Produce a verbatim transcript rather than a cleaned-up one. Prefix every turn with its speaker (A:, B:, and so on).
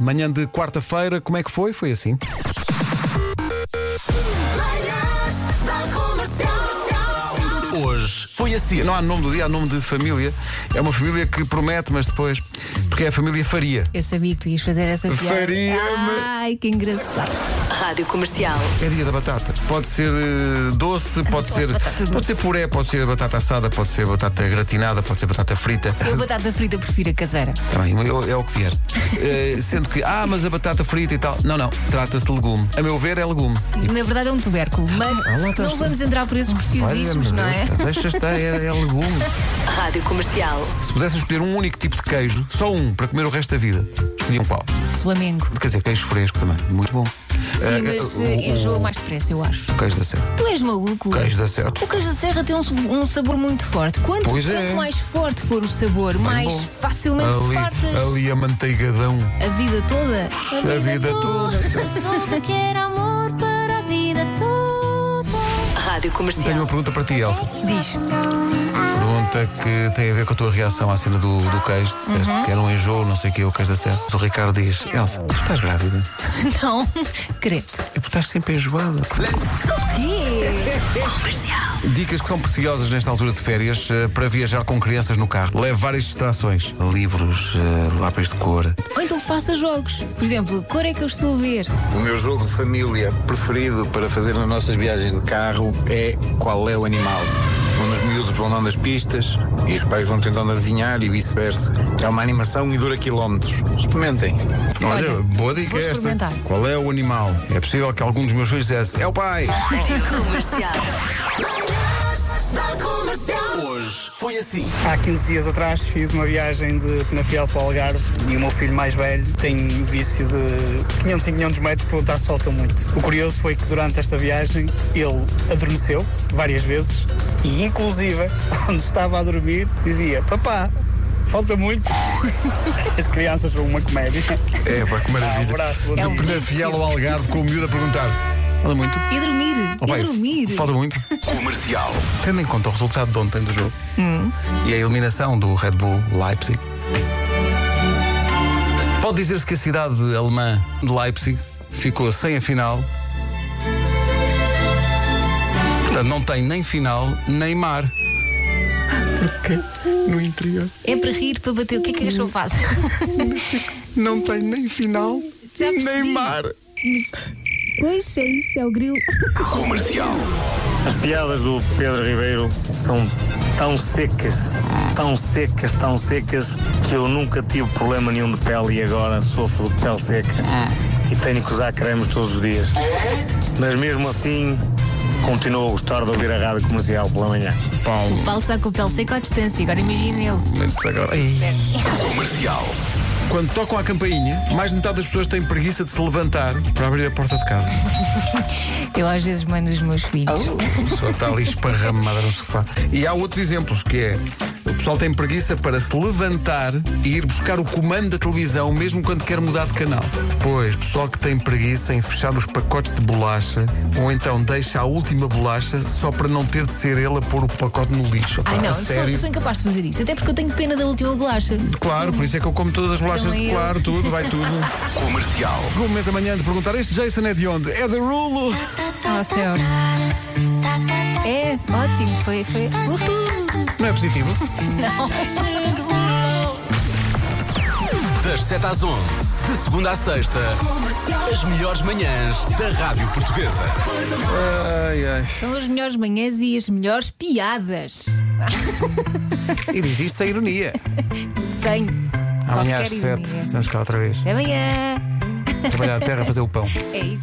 A: sete. Manhã de quarta-feira, como é que foi? Foi assim. Hoje foi assim. Não há nome do dia, há nome de família. É uma família que promete, mas depois. Porque é a família Faria.
B: Eu sabia que tu ias fazer essa piada.
A: Faria-me.
B: Ai, que engraçado.
C: Rádio Comercial.
A: É dia da batata. Pode ser uh, doce, pode ser.
B: doce.
A: Pode ser puré, pode ser batata assada, pode ser batata gratinada, pode ser batata frita.
B: Eu, batata frita, prefiro a caseira.
A: Também, eu- é o que vier. Uh, sendo que, ah, mas a batata frita e tal. Não, não, trata-se de legume. A meu ver, é legume.
B: Na verdade é um tubérculo, mas
A: Ah, lá está,
B: não
A: está.
B: vamos entrar por esses preciosismos, não é?
A: Deus, pá, deixa estar, é, é legume.
C: Rádio Comercial.
A: Se pudesse escolher um único tipo de queijo, só um, para comer o resto da vida, escolhia um qual?
B: Flamengo.
A: Quer dizer, queijo fresco também, muito bom.
B: Sim,
A: Eh,
B: mas
A: eh,
B: eh,
A: o-
B: enjoa
A: o-
B: mais depressa, eu acho.
A: O queijo da serra.
B: Tu és maluco?
A: Queijo da serra.
B: O queijo da serra tem um, um sabor muito forte. Quanto,
A: Pois é.
B: quanto mais forte for o sabor, mais
A: bom.
B: facilmente te
A: Ali,
B: fartas
A: ali a manteigadão.
B: a vida toda.
A: A vida toda.
D: Soube que era amor para a vida toda.
C: Rádio Comercial.
A: Tenho uma pergunta para ti, Elsa.
B: Diz.
A: Pergunta que tem a ver com a tua reação à cena do, do queijo. Disseste
B: Uhum.
A: que era um enjoo, não sei o que, o queijo da serra. Mas o Ricardo diz: Elsa, tu estás grávida?
B: Não, credo.
A: E tu estás sempre enjoada.
B: Quê?
A: Dicas que são preciosas nesta altura de férias eh, para viajar com crianças no carro. Leve várias distrações. Livros, eh, lápis de cor.
B: Ou então faça jogos. Por exemplo, que cor é que eu estou a ver?
E: O meu jogo de família preferido para fazer nas nossas viagens de carro é qual é o animal. Onde os miúdos vão dando as pistas e os pais vão tentando adivinhar e vice-versa. É uma animação e dura quilómetros. Experimentem.
A: Olha,
B: Olha,
A: boa dica
B: vou
A: esta.
B: experimentar.
A: Qual é o animal? É possível que algum dos meus filhos dissesse: é o pai.
C: Rádio Comercial.
A: Hoje foi assim.
F: Há quinze dias atrás fiz uma viagem de Penafiel para o Algarve e o meu filho mais velho tem o vício de quinhentos em quinhentos metros que voltar salta muito. O curioso foi que durante esta viagem ele adormeceu várias vezes e inclusive onde estava a dormir dizia: papá, falta muito. As crianças são uma comédia.
A: É, pá, que
F: Ah, um
A: maravilha.
F: abraço, bom
B: É um
F: dia.
A: Penafiel ao Algarve com o miúdo a perguntar: falta muito?
B: E dormir.
A: Oh,
B: e
A: pai,
B: dormir.
A: Falta muito? Comercial. Tendo em conta o resultado de ontem do jogo e a eliminação do Red Bull Leipzig, pode dizer-se que a cidade alemã de Leipzig ficou sem a final. Portanto, não tem nem final, nem mar. Porque no interior
B: É para rir, para bater. O que é que achou fácil?
A: não tem nem final,
B: Já percebi.
A: nem mar.
B: Pois é, isso é o grilo.
G: As piadas do Pedro Ribeiro são tão secas, tão secas, tão secas, que eu nunca tive problema nenhum de pele e agora sofro de pele seca e tenho que usar cremes todos os dias. Mas mesmo assim, continuo a gostar de ouvir a rádio comercial pela manhã.
A: Paulo.
B: O Paulo está com o pele seca à distância. Agora imagina eu.
A: Agora. Comercial. Quando tocam a campainha, mais de metade das pessoas têm preguiça de se levantar para abrir a porta de casa.
B: Eu às vezes mando os meus filhos.
A: A pessoa está ali esparramada no sofá. E há outros exemplos, que é: o pessoal tem preguiça para se levantar e ir buscar o comando da televisão, mesmo quando quer mudar de canal. Depois, pessoal que tem preguiça em fechar os pacotes de bolacha, ou então deixa a última bolacha só para não ter de ser ele a pôr o pacote no lixo.
B: Ai
A: Pá,
B: não,
A: a
B: sou,
A: sério.
B: sou incapaz de fazer isso. Até porque eu tenho pena da última bolacha.
A: Claro, por isso é que eu como todas as bolachas
B: Também
A: de
B: eu.
A: claro, tudo, vai tudo. Comercial. Chegou o momento da manhã de perguntar: este Jason é de onde? É da Rulo.
B: Oh, céus. É, ótimo. Foi, foi. Uhul.
A: Não é positivo?
H: Das sete às onze, de segunda à sexta, as melhores manhãs da Rádio Portuguesa.
A: Ai, ai.
B: São as melhores manhãs e as melhores piadas.
A: E diz isto sem ironia.
B: Sem
A: Amanhã
B: qualquer
A: às sete,
B: ironia.
A: estamos cá outra vez.
B: Até amanhã.
A: Trabalhar a terra, fazer o pão.
B: É isso.